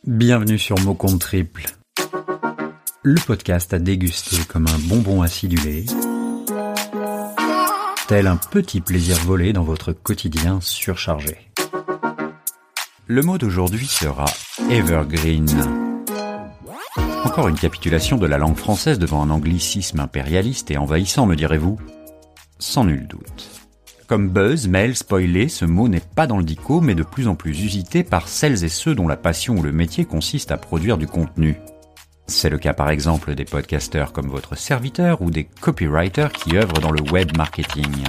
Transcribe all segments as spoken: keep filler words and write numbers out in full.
Bienvenue sur Mot Compte Triple, le podcast à déguster comme un bonbon acidulé, tel un petit plaisir volé dans votre quotidien surchargé. Le mot d'aujourd'hui sera evergreen. Encore une capitulation de la langue française devant un anglicisme impérialiste et envahissant, me direz-vous ? Sans nul doute. Comme buzz, mail, spoiler, ce mot n'est pas dans le dico, mais de plus en plus usité par celles et ceux dont la passion ou le métier consiste à produire du contenu. C'est le cas par exemple des podcasteurs comme votre serviteur ou des copywriters qui œuvrent dans le web marketing.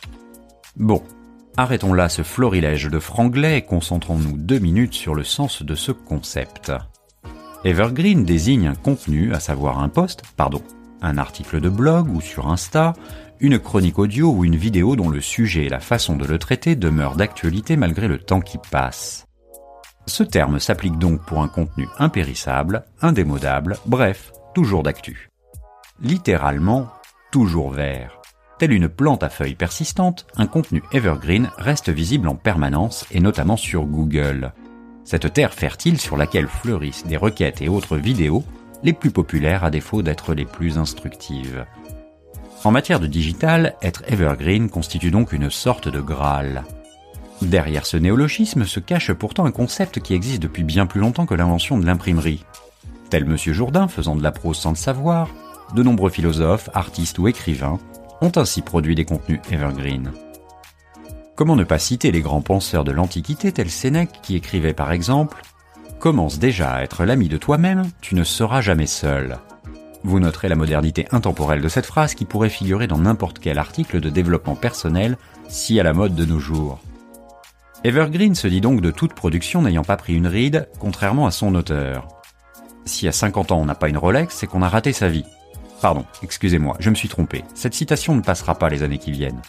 Bon, arrêtons là ce florilège de franglais et concentrons-nous deux minutes sur le sens de ce concept. Evergreen désigne un contenu, à savoir un post, pardon, un article de blog ou sur Insta, une chronique audio ou une vidéo dont le sujet et la façon de le traiter demeurent d'actualité malgré le temps qui passe. Ce terme s'applique donc pour un contenu impérissable, indémodable, bref, toujours d'actu. Littéralement, toujours vert. Telle une plante à feuilles persistantes, un contenu evergreen reste visible en permanence et notamment sur Google. Cette terre fertile sur laquelle fleurissent des requêtes et autres vidéos, les plus populaires à défaut d'être les plus instructives. En matière de digital, être evergreen constitue donc une sorte de Graal. Derrière ce néologisme se cache pourtant un concept qui existe depuis bien plus longtemps que l'invention de l'imprimerie. Tel Monsieur Jourdain faisant de la prose sans le savoir, de nombreux philosophes, artistes ou écrivains ont ainsi produit des contenus evergreen. Comment ne pas citer les grands penseurs de l'Antiquité tels Sénèque qui écrivait par exemple « Commence déjà à être l'ami de toi-même, tu ne seras jamais seul ». Vous noterez la modernité intemporelle de cette phrase qui pourrait figurer dans n'importe quel article de développement personnel si à la mode de nos jours. Evergreen se dit donc de toute production n'ayant pas pris une ride, contrairement à son auteur. Si à cinquante ans on n'a pas une Rolex, c'est qu'on a raté sa vie. Pardon, excusez-moi, je me suis trompé. Cette citation ne passera pas les années qui viennent.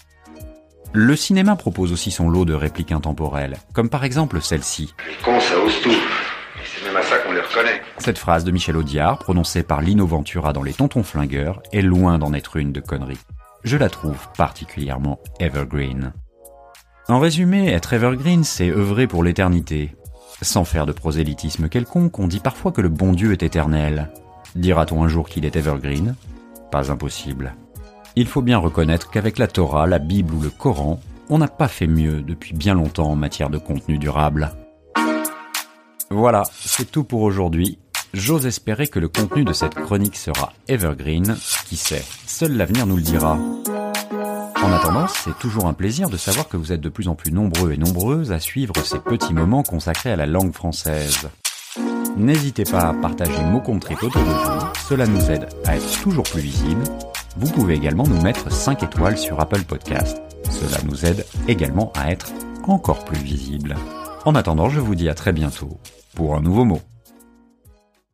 Le cinéma propose aussi son lot de répliques intemporelles, comme par exemple celle-ci. Les cons, ça ose tout. Et c'est même à ça qu'on les reconnaît. Cette phrase de Michel Audiard, prononcée par Lino Ventura dans Les Tontons Flingueurs, est loin d'en être une de connerie. Je la trouve particulièrement evergreen. En résumé, être evergreen, c'est œuvrer pour l'éternité. Sans faire de prosélytisme quelconque, on dit parfois que le bon Dieu est éternel. Dira-t-on un jour qu'il est evergreen ? Pas impossible. Il faut bien reconnaître qu'avec la Torah, la Bible ou le Coran, on n'a pas fait mieux depuis bien longtemps en matière de contenu durable. Voilà, c'est tout pour aujourd'hui. J'ose espérer que le contenu de cette chronique sera evergreen. Qui sait, seul l'avenir nous le dira. En attendant, c'est toujours un plaisir de savoir que vous êtes de plus en plus nombreux et nombreuses à suivre ces petits moments consacrés à la langue française. N'hésitez pas à partager Mot Compte Triple autour de vous, cela nous aide à être toujours plus visibles. Vous pouvez également nous mettre cinq étoiles sur Apple Podcast. Cela nous aide également à être encore plus visibles. En attendant, je vous dis à très bientôt pour un nouveau mot.